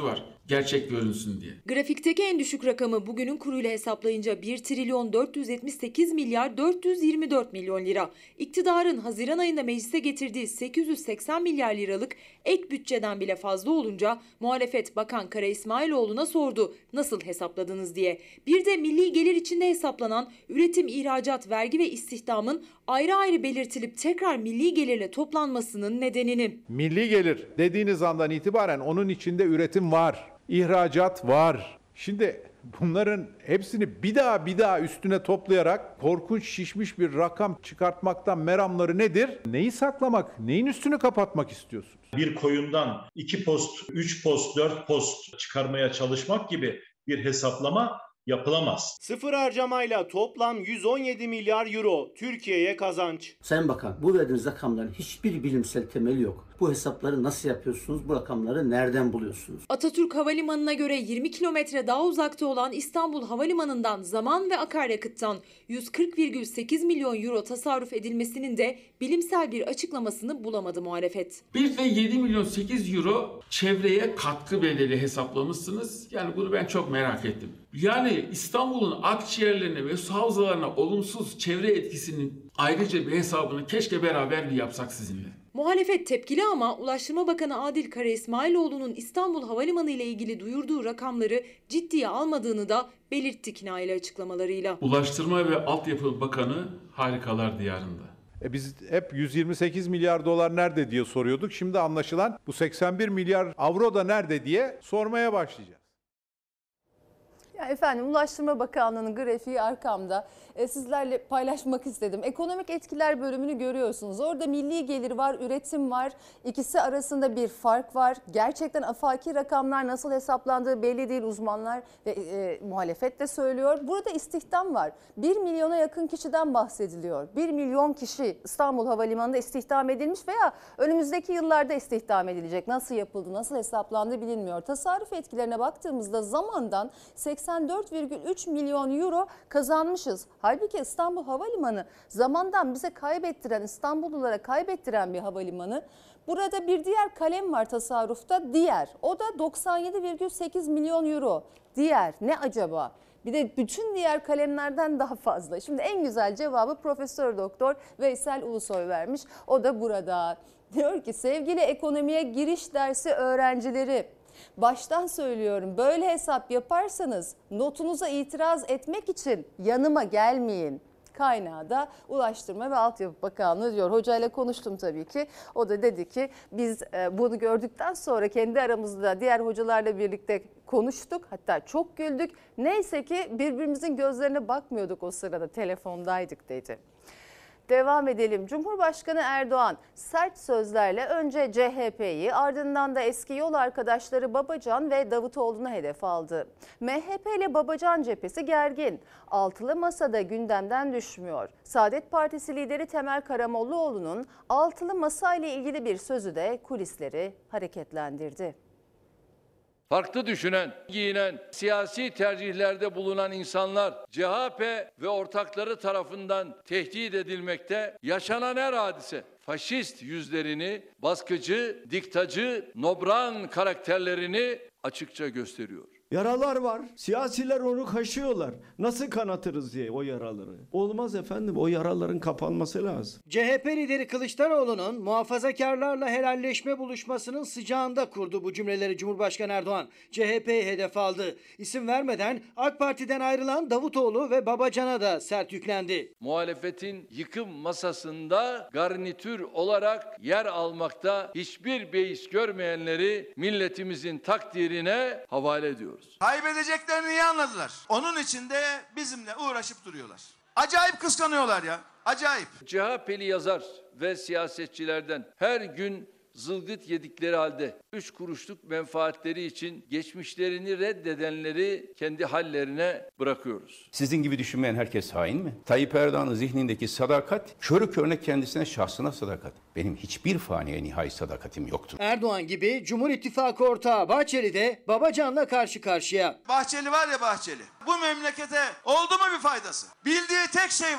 gerçek görünsün diye. Grafikteki en düşük rakamı bugünün kuruyla hesaplayınca 1 trilyon 478 milyar 424 milyon lira. İktidarın Haziran ayında meclise getirdiği 880 milyar liralık ek bütçeden bile fazla olunca muhalefet Bakan Kara İsmailoğlu'na sordu nasıl hesapladınız diye. Bir de milli gelir içinde hesaplanan üretim, ihracat, vergi ve istihdamın ayrı ayrı belirtilip tekrar milli gelirle toplanmasının nedenini. Milli gelir dediğiniz andan itibaren onun içinde üretim var, ihracat var. Şimdi bunların hepsini bir daha üstüne toplayarak korkunç şişmiş bir rakam çıkartmaktan meramları nedir? Neyi saklamak, neyin üstünü kapatmak istiyorsunuz? Bir koyundan 2 post, 3 post, 4 post çıkarmaya çalışmak gibi bir hesaplama yapılamaz. Sıfır harcamayla toplam 117 milyar euro Türkiye'ye kazanç. Sayın Bakan, bu verdiğiniz rakamların hiçbir bilimsel temeli yok. Bu hesapları nasıl yapıyorsunuz? Bu rakamları nereden buluyorsunuz? Atatürk Havalimanı'na göre 20 kilometre daha uzakta olan İstanbul Havalimanı'ndan zaman ve akaryakıttan 140,8 milyon euro tasarruf edilmesinin de bilimsel bir açıklamasını bulamadı muhalefet. Bir de 7 milyon 8 euro çevreye katkı bedeli hesaplamışsınız. Yani bunu ben çok merak ettim. Yani İstanbul'un akciğerlerine ve su havzalarına olumsuz çevre etkisinin ayrıca bir hesabını keşke beraber bir yapsak sizinle. Muhalefet tepkili ama Ulaştırma Bakanı Adil Kara İsmailoğlu'nun İstanbul Havalimanı ile ilgili duyurduğu rakamları ciddiye almadığını da belirtti kinayeli açıklamalarıyla. Ulaştırma ve Altyapı Bakanı harikalar diyarında. Biz hep 128 milyar dolar nerede diye soruyorduk. Şimdi anlaşılan bu 81 milyar avro da nerede diye sormaya başlayacağız. Ya efendim, Ulaştırma Bakanlığı'nın grafiği arkamda. Sizlerle paylaşmak istedim. Ekonomik etkiler bölümünü görüyorsunuz. Orada milli gelir var, üretim var. İkisi arasında bir fark var. Gerçekten afaki rakamlar nasıl hesaplandığı belli değil, uzmanlar ve muhalefet de söylüyor. Burada istihdam var. 1 milyona yakın kişiden bahsediliyor. 1 milyon kişi İstanbul Havalimanı'nda istihdam edilmiş veya önümüzdeki yıllarda istihdam edilecek. Nasıl yapıldı, nasıl hesaplandı bilinmiyor. Tasarruf etkilerine baktığımızda zamandan 84,3 milyon euro kazanmışız. Halbuki İstanbul Havalimanı zamandan bize kaybettiren, İstanbullulara kaybettiren bir havalimanı. Burada bir diğer kalem var tasarrufta, diğer. O da 97,8 milyon euro. Diğer ne acaba? Bir de bütün diğer kalemlerden daha fazla. Şimdi en güzel cevabı Profesör Doktor Veysel Ulusoy vermiş. O da burada. Diyor ki sevgili ekonomiye giriş dersi öğrencileri, baştan söylüyorum, böyle hesap yaparsanız notunuza itiraz etmek için yanıma gelmeyin. Kaynağı da Ulaştırma ve Altyapı Bakanlığı diyor. Hocayla konuştum tabii ki. O da dedi ki biz bunu gördükten sonra kendi aramızda diğer hocalarla birlikte konuştuk. Hatta çok güldük. Neyse ki birbirimizin gözlerine bakmıyorduk o sırada, telefondaydık dedi. Devam edelim. Cumhurbaşkanı Erdoğan sert sözlerle önce CHP'yi, ardından da eski yol arkadaşları Babacan ve Davutoğlu'na hedef aldı. MHP ile Babacan cephesi gergin. Altılı masada gündemden düşmüyor. Saadet Partisi lideri Temel Karamollaoğlu'nun altılı masa ile ilgili bir sözü de kulisleri hareketlendirdi. Farklı düşünen, giyinen, siyasi tercihlerde bulunan insanlar CHP ve ortakları tarafından tehdit edilmekte. Yaşanan her hadise faşist yüzlerini, baskıcı, diktacı, nobran karakterlerini açıkça gösteriyor. Yaralar var. Siyasiler onu kaşıyorlar. Nasıl kanatırız diye o yaraları. Olmaz efendim. O yaraların kapanması lazım. CHP lideri Kılıçdaroğlu'nun muhafazakarlarla helalleşme buluşmasının sıcağında kurdu bu cümleleri Cumhurbaşkanı Erdoğan. CHP'yi hedef aldı. İsim vermeden AK Parti'den ayrılan Davutoğlu ve Babacan'a da sert yüklendi. Muhalefetin yıkım masasında garnitür olarak yer almakta hiçbir beis görmeyenleri milletimizin takdirine havale ediyoruz. Kaybedeceklerini iyi anladılar. Onun için de bizimle uğraşıp duruyorlar. Acayip kıskanıyorlar ya. Acayip. CHP'li yazar ve siyasetçilerden her gün zılgıt yedikleri halde 3 kuruşluk menfaatleri için geçmişlerini reddedenleri kendi hallerine bırakıyoruz. Sizin gibi düşünmeyen herkes hain mi? Tayyip Erdoğan'ın zihnindeki sadakat, körü körüne kendisine, şahsına sadakat. Benim hiçbir faniye nihai sadakatim yoktur. Erdoğan gibi Cumhur İttifakı ortağı Bahçeli de Babacan'la karşı karşıya. Bahçeli var ya, Bahçeli. Bu memlekete oldu mu bir faydası? Bildiği tek şey var.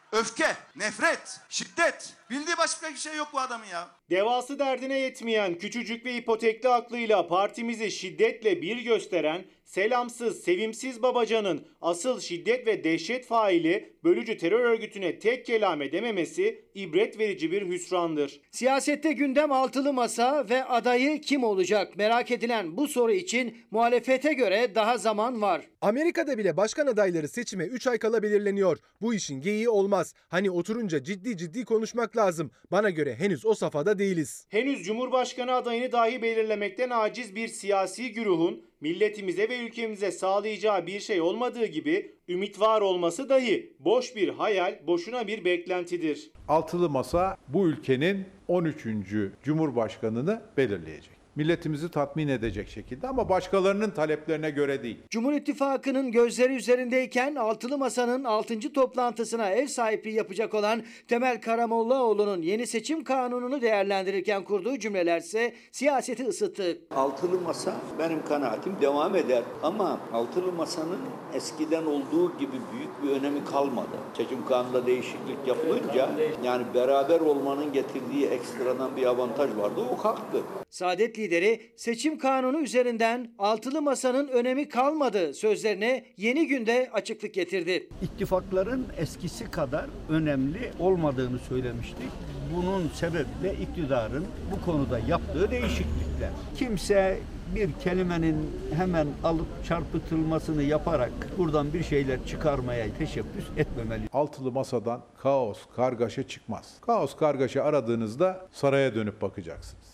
öfke, nefret, şiddet. Bildiği başka bir şey yok bu adamın ya. Devası derdine yetmeyen, küçücük ve ipotekli aklıyla partimizi şiddetle bir gösteren, selamsız, sevimsiz Babacan'ın asıl şiddet ve dehşet faili bölücü terör örgütüne tek kelame dememesi ibret verici bir hüsrandır. Siyasette gündem altılı masa ve adayı kim olacak? Merak edilen bu soru için muhalefete göre daha zaman var. Amerika'da bile başkan adayları seçime 3 ay kala belirleniyor. Bu işin geyiği olmaz. Hani oturunca ciddi konuşmak lazım. Bana göre henüz o safhada değiliz. Henüz Cumhurbaşkanı adayını dahi belirlemekten aciz bir siyasi güruhun milletimize ve ülkemize sağlayacağı bir şey olmadığı gibi ümit var olması dahi boş bir hayal, boşuna bir beklentidir. Altılı Masa bu ülkenin 13. Cumhurbaşkanını belirleyecek. Milletimizi tatmin edecek şekilde ama başkalarının taleplerine göre değil. Cumhur İttifakı'nın gözleri üzerindeyken Altılı Masa'nın 6. toplantısına ev sahipliği yapacak olan Temel Karamollaoğlu'nun yeni seçim kanununu değerlendirirken kurduğu cümlelerse siyaseti ısıttı. Altılı Masa benim kanaatim devam eder ama Altılı Masa'nın eskiden olduğu gibi büyük bir önemi kalmadı. Seçim kanununda değişiklik yapılınca yani beraber olmanın getirdiği ekstradan bir avantaj vardı, o kalktı. Saadet lideri seçim kanunu üzerinden Altılı Masa'nın önemi kalmadı sözlerine Yeni Günde açıklık getirdi. İttifakların eskisi kadar önemli olmadığını söylemiştik. Bunun sebebi de iktidarın bu konuda yaptığı değişiklikler. Kimse bir kelimenin hemen alıp çarpıtılmasını yaparak buradan bir şeyler çıkarmaya teşebbüs etmemeli. Altılı Masa'dan kaos, kargaşa çıkmaz. Kaos, kargaşa aradığınızda saraya dönüp bakacaksınız.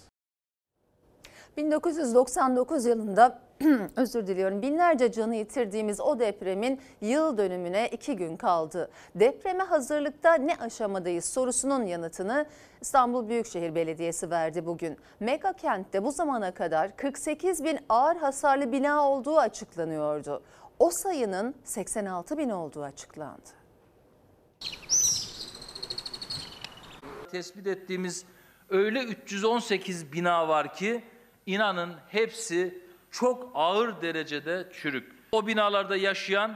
1999 yılında binlerce canı yitirdiğimiz o depremin yıl dönümüne 2 gün kaldı. Depreme hazırlıkta ne aşamadayız sorusunun yanıtını İstanbul Büyükşehir Belediyesi verdi bugün. Mega kentte bu zamana kadar 48 bin ağır hasarlı bina olduğu açıklanıyordu. O sayının 86 bin olduğu açıklandı. Tespit ettiğimiz öyle 318 bina var ki İnanın hepsi çok ağır derecede çürük. O binalarda yaşayan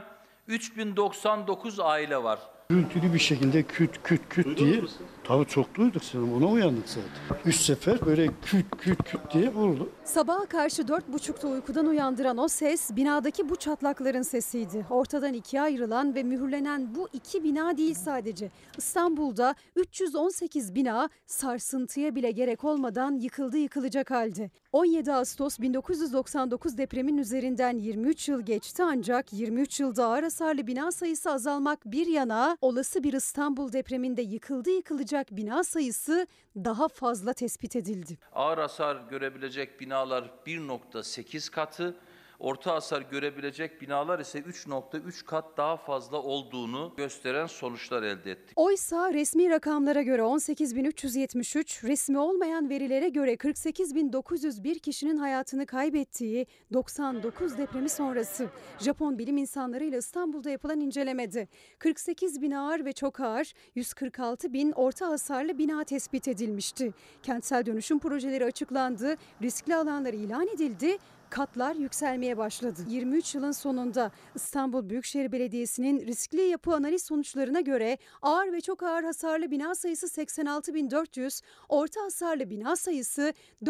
3099 aile var. Gürültülü bir şekilde küt diye. Tabii çok duyduk sanırım, ona uyandık zaten. 3 sefer böyle küt diye vurdu. Sabaha karşı 4.30'da uykudan uyandıran o ses binadaki bu çatlakların sesiydi. Ortadan ikiye ayrılan ve mühürlenen bu iki bina değil sadece. İstanbul'da 318 bina sarsıntıya bile gerek olmadan yıkılacak halde. 17 Ağustos 1999 depremin üzerinden 23 yıl geçti ancak 23 yılda ağır hasarlı bina sayısı azalmak bir yana olası bir İstanbul depreminde yıkılacak bina sayısı daha fazla tespit edildi. Ağır hasar görebilecek binalar 1.8 katı, orta hasar görebilecek binalar ise 3.3 kat daha fazla olduğunu gösteren sonuçlar elde ettik. Oysa resmi rakamlara göre 18.373, resmi olmayan verilere göre 48.901 kişinin hayatını kaybettiği 99 depremi sonrası. Japon bilim insanlarıyla İstanbul'da yapılan incelemede 48 bin ağır ve çok ağır, 146 bin orta hasarlı bina tespit edilmişti. Kentsel dönüşüm projeleri açıklandı, riskli alanlar ilan edildi. Katlar yükselmeye başladı. 23 yılın sonunda İstanbul Büyükşehir Belediyesi'nin riskli yapı analiz sonuçlarına göre ağır ve çok ağır hasarlı bina sayısı 86.400, orta hasarlı bina sayısı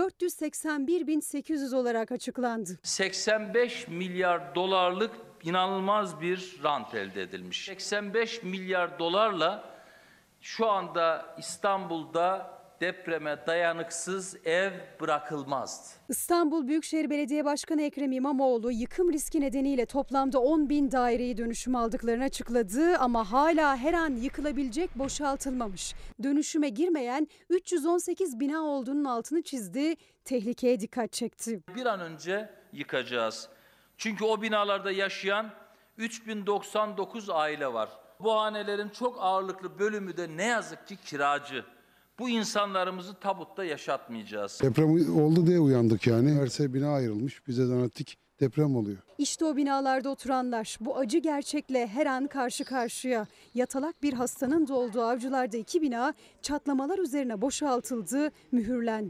481.800 olarak açıklandı. 85 milyar dolarlık inanılmaz bir rant elde edilmiş. 85 milyar dolarla şu anda İstanbul'da depreme dayanıksız ev bırakılmazdı. İstanbul Büyükşehir Belediye Başkanı Ekrem İmamoğlu yıkım riski nedeniyle toplamda 10.000 daireyi dönüşüme aldıklarını açıkladı ama hala her an yıkılabilecek boşaltılmamış. Dönüşüme girmeyen 318 bina olduğunun altını çizdi, tehlikeye dikkat çekti. Bir an önce yıkacağız. Çünkü o binalarda yaşayan 3099 aile var. Bu hanelerin çok ağırlıklı bölümü de ne yazık ki kiracı. Bu insanlarımızı tabutta yaşatmayacağız. Deprem oldu diye uyandık yani. Her bina ayrılmış. Bize zannettik deprem oluyor. İşte o binalarda oturanlar bu acı gerçekle her an karşı karşıya. Yatalak bir hastanın doğduğu Avcılar'da 2 bina çatlamalar üzerine boşaltıldı, mühürlendi.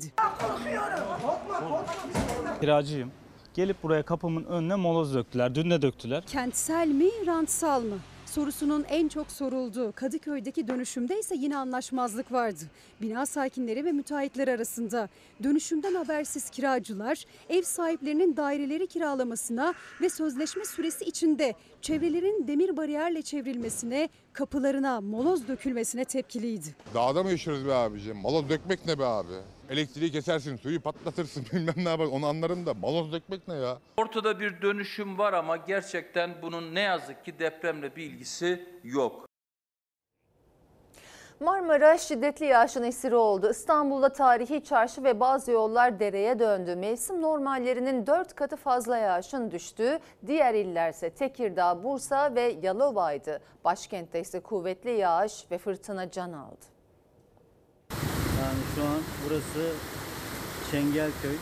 Kiracıyım. Gelip buraya kapımın önüne moloz döktüler. Dün de döktüler. Kentsel mi, rantsal mı? sorusunun en çok sorulduğu Kadıköy'deki dönüşümde ise yine anlaşmazlık vardı. Bina sakinleri ve müteahhitler arasında. Dönüşümden habersiz kiracılar ev sahiplerinin daireleri kiralamasına ve sözleşme süresi içinde çevrelerin demir bariyerle çevrilmesine, kapılarına moloz dökülmesine tepkiliydi. Dağda mı yaşıyoruz be abicim? Moloz dökmek ne be abi? Elektriği kesersin, suyu patlatırsın bilmem ne yapar. Onu anlarım da moloz dökmek ne ya? Ortada bir dönüşüm var ama gerçekten bunun ne yazık ki depremle bir ilgisi yok. Marmara şiddetli yağışın esiri oldu. İstanbul'da tarihi çarşı ve bazı yollar dereye döndü. Mevsim normallerinin 4 katı fazla yağışın düştüğü diğer illerse Tekirdağ, Bursa ve Yalova'ydı. Başkentte ise kuvvetli yağış ve fırtına can aldı. Yani şu an burası Çengelköy.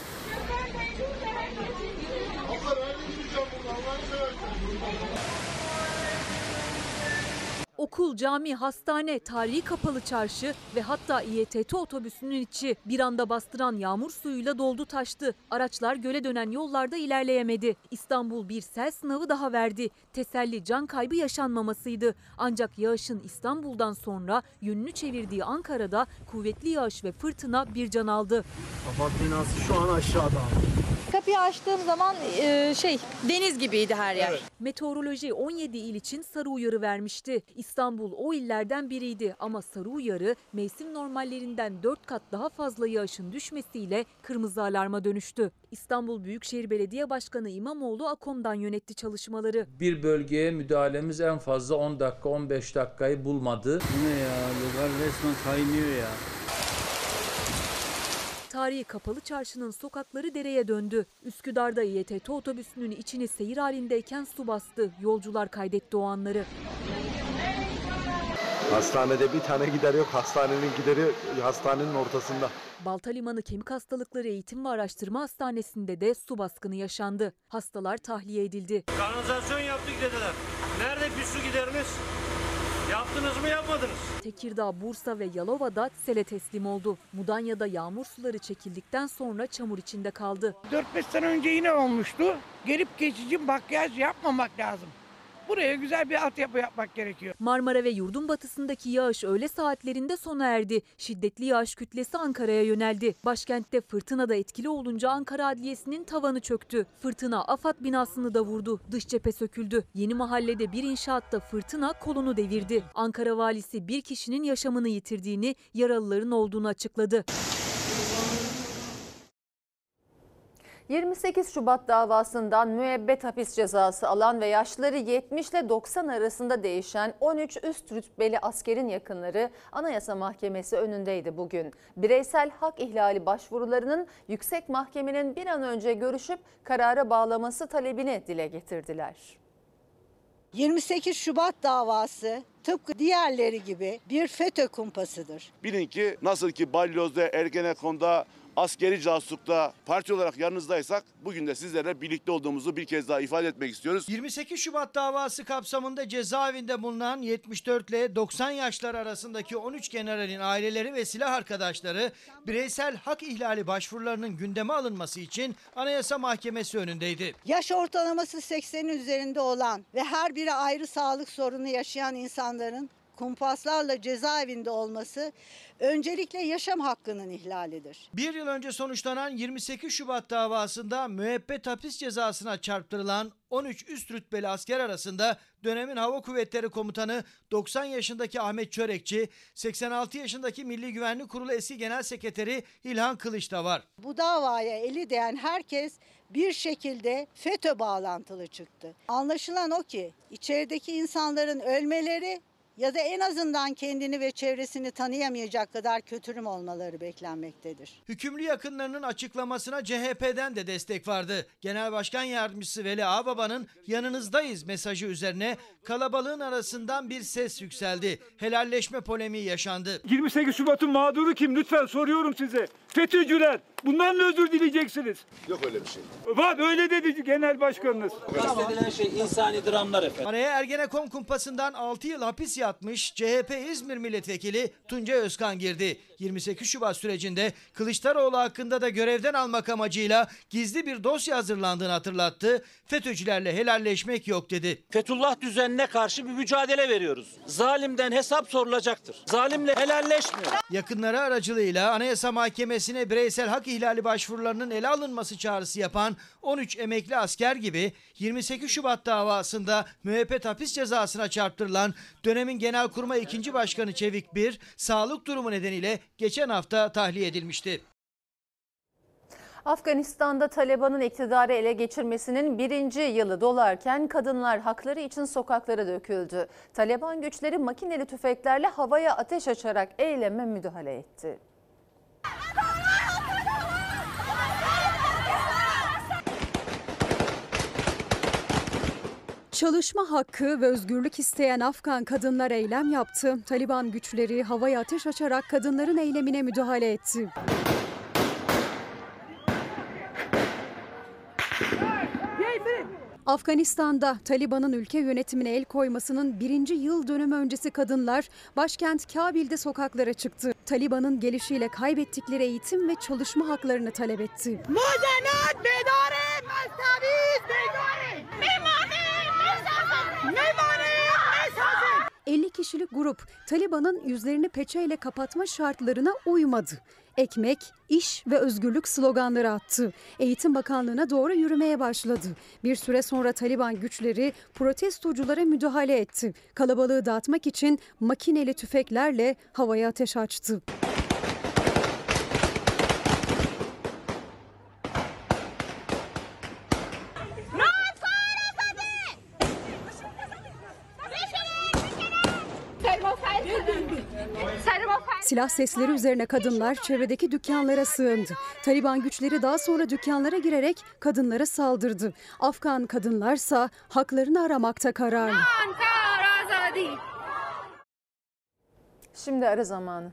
Okul, cami, hastane, tarihi kapalı çarşı ve hatta İETT otobüsünün içi bir anda bastıran yağmur suyuyla doldu taştı. Araçlar göle dönen yollarda ilerleyemedi. İstanbul bir sel sınavı daha verdi. Teselli can kaybı yaşanmamasıydı. Ancak yağışın İstanbul'dan sonra yönünü çevirdiği Ankara'da kuvvetli yağış ve fırtına bir can aldı. Afat binası şu an aşağıda. Kapıyı açtığım zaman deniz gibiydi her yer. Evet. Meteoroloji 17 il için sarı uyarı vermişti. İstanbul o illerden biriydi ama sarı uyarı mevsim normallerinden 4 kat daha fazla yağışın düşmesiyle kırmızı alarma dönüştü. İstanbul Büyükşehir Belediye Başkanı İmamoğlu AKOM'dan yönetti çalışmaları. Bir bölgeye müdahalemiz en fazla 10 dakika 15 dakikayı bulmadı. Bu ne ya? Logar resmen kaynıyor ya. Tarihi kapalı çarşının sokakları dereye döndü. Üsküdar'da İETT otobüsünün içini seyir halindeyken su bastı. Yolcular kaydetti o anları. Hastanede bir tane gider yok. Hastanenin gideri hastanenin ortasında. Balta Limanı Kemik Hastalıkları Eğitim ve Araştırma Hastanesi'nde de su baskını yaşandı. Hastalar tahliye edildi. Kanalizasyon yaptık dediler. Nerede bir su gideriniz? Yaptınız mı yapmadınız? Tekirdağ, Bursa ve Yalova'da sele teslim oldu. Mudanya'da yağmur suları çekildikten sonra çamur içinde kaldı. 4-5 sene önce yine olmuştu. Gelip geçici makyaj yapmamak lazım. Buraya güzel bir altyapı yapmak gerekiyor. Marmara ve yurdun batısındaki yağış öğle saatlerinde sona erdi. Şiddetli yağış kütlesi Ankara'ya yöneldi. Başkentte fırtına da etkili olunca Ankara Adliyesi'nin tavanı çöktü. Fırtına AFAD binasını da vurdu. Dış cephe söküldü. Yeni Mahalle'de bir inşaatta fırtına kolonu devirdi. Ankara valisi bir kişinin yaşamını yitirdiğini, yaralıların olduğunu açıkladı. 28 Şubat davasından müebbet hapis cezası alan ve yaşları 70 ile 90 arasında değişen 13 üst rütbeli askerin yakınları Anayasa Mahkemesi önündeydi bugün. Bireysel hak ihlali başvurularının yüksek mahkemenin bir an önce görüşüp karara bağlaması talebini dile getirdiler. 28 Şubat davası tıpkı diğerleri gibi bir FETÖ kumpasıdır. Bilin ki nasıl ki Balyoz'da, Ergenekon'da, askeri casuslukta parti olarak yanınızdaysak bugün de sizlerle birlikte olduğumuzu bir kez daha ifade etmek istiyoruz. 28 Şubat davası kapsamında cezaevinde bulunan 74 ile 90 yaşlar arasındaki 13 generalin aileleri ve silah arkadaşları bireysel hak ihlali başvurularının gündeme alınması için Anayasa Mahkemesi önündeydi. Yaş ortalaması 80'in üzerinde olan ve her biri ayrı sağlık sorunu yaşayan insanların kumpaslarla cezaevinde olması öncelikle yaşam hakkının ihlalidir. Bir yıl önce sonuçlanan 28 Şubat davasında müebbet hapis cezasına çarptırılan 13 üst rütbeli asker arasında dönemin Hava Kuvvetleri Komutanı 90 yaşındaki Ahmet Çörekçi, 86 yaşındaki Milli Güvenlik Kurulu eski Genel Sekreteri İlhan Kılıç da var. Bu davaya eli değen herkes bir şekilde FETÖ bağlantılı çıktı. Anlaşılan o ki içerideki insanların ölmeleri ya da en azından kendini ve çevresini tanıyamayacak kadar kötürüm olmaları beklenmektedir. Hükümlü yakınlarının açıklamasına CHP'den de destek vardı. Genel Başkan Yardımcısı Veli Ağbaba'nın yanınızdayız mesajı üzerine kalabalığın arasından bir ses yükseldi. Helalleşme polemiği yaşandı. 28 Şubat'ın mağduru kim? Lütfen soruyorum size. FETÖ'cüler. Bundan da özür dileyeceksiniz. Yok öyle bir şey. Var, öyle dedi genel başkanınız. Kastedilen şey insani dramlar efendim. Araya Ergenekon kumpasından 6 yıl hapis imzayı atmış CHP İzmir Milletvekili Tuncay Özkan girdi. 28 Şubat sürecinde Kılıçdaroğlu hakkında da görevden almak amacıyla gizli bir dosya hazırlandığını hatırlattı. FETÖ'cülerle helalleşmek yok dedi. Fethullah düzenine karşı bir mücadele veriyoruz. Zalimden hesap sorulacaktır. Zalimle helalleşmiyor. Yakınları aracılığıyla Anayasa Mahkemesi'ne bireysel hak ihlali başvurularının ele alınması çağrısı yapan 13 emekli asker gibi 28 Şubat davasında müebbet hapis cezasına çarptırılan dönemin Genelkurmay 2. Başkanı Çevik Bir, sağlık durumu nedeniyle geçen hafta tahliye edilmişti. Afganistan'da Taliban'ın iktidarı ele geçirmesinin 1. yılı dolarken kadınlar hakları için sokaklara döküldü. Taliban güçleri makineli tüfeklerle havaya ateş açarak eyleme müdahale etti. Çalışma hakkı ve özgürlük isteyen Afgan kadınlar eylem yaptı. Taliban güçleri havaya ateş açarak kadınların eylemine müdahale etti. Afganistan'da Taliban'ın ülke yönetimine el koymasının 1. yıl dönümü öncesi kadınlar başkent Kabil'de sokaklara çıktı. Taliban'ın gelişiyle kaybettikleri eğitim ve çalışma haklarını talep etti. 50 kişilik grup Taliban'ın yüzlerini peçeyle kapatma şartlarına uymadı. Ekmek, iş ve özgürlük sloganları attı. Eğitim Bakanlığı'na doğru yürümeye başladı. Bir süre sonra Taliban güçleri protestoculara müdahale etti. Kalabalığı dağıtmak için makineli tüfeklerle havaya ateş açtı. Silah sesleri üzerine kadınlar çevredeki dükkanlara sığındı. Taliban güçleri daha sonra dükkanlara girerek kadınlara saldırdı. Afgan kadınlarsa haklarını aramakta kararlı. Şimdi ara zamanı.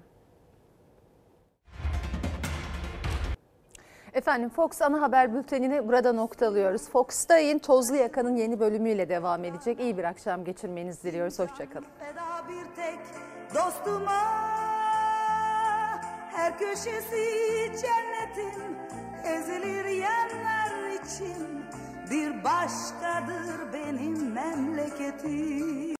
Efendim Fox ana haber bültenini burada noktalıyoruz. Fox'ta yayın Tozlu Yaka'nın yeni bölümüyle devam edecek. İyi bir akşam geçirmenizi diliyoruz. Hoşçakalın. Dostuma her köşesi cennetin ezilir yerler için bir başkadır benim memleketim.